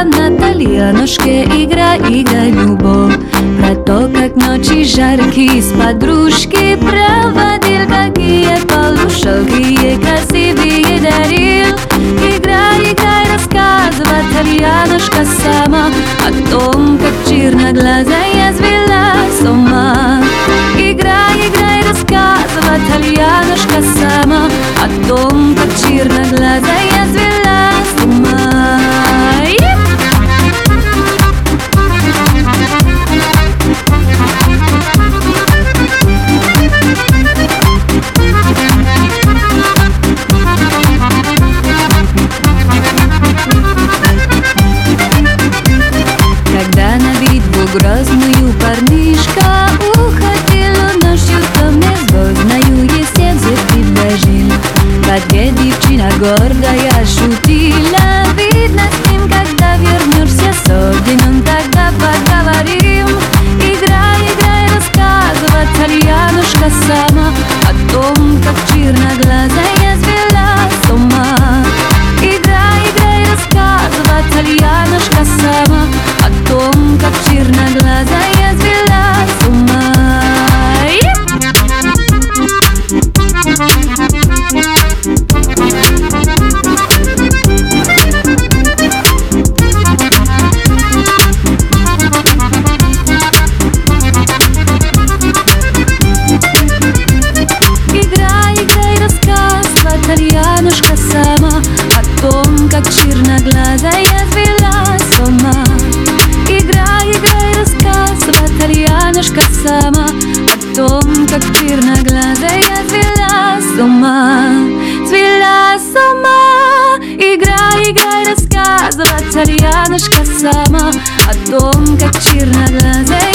слова на тальянушке. Играй, играй, любовь. Про то, как ночи жаркие с подружки проводил, какие полушал, какие красивые дарил. Играй, играй, рассказывай, тальянушка сама о том, как черноглазая звела с ума. Играй, играй, рассказывай, тальянушка сама о том, как черноглазая звела с ума. Когда на битву грозную парнишка уходил ночью, то мне звездною сердце предложил. В ответ девчина гордая шутила: видно, с ним, когда вернешься с орденом, тогда поговорим. Играй, играй, рассказывай, тальянушка сама о том, как черноглазая звела с ума. Играй, играй, рассказывай, тальянушка сама о том, как черноглазая звела с ума. Играй, играй, рассказывай, тальянушка сама о том, как черноглазая звела с ума. Играй, играй, рассказывай, тальянушка сама о том, как черноглазая звела с ума. Звела с ума. Играй, играй, рассказывай, тальянушка сама о том, как черноглазая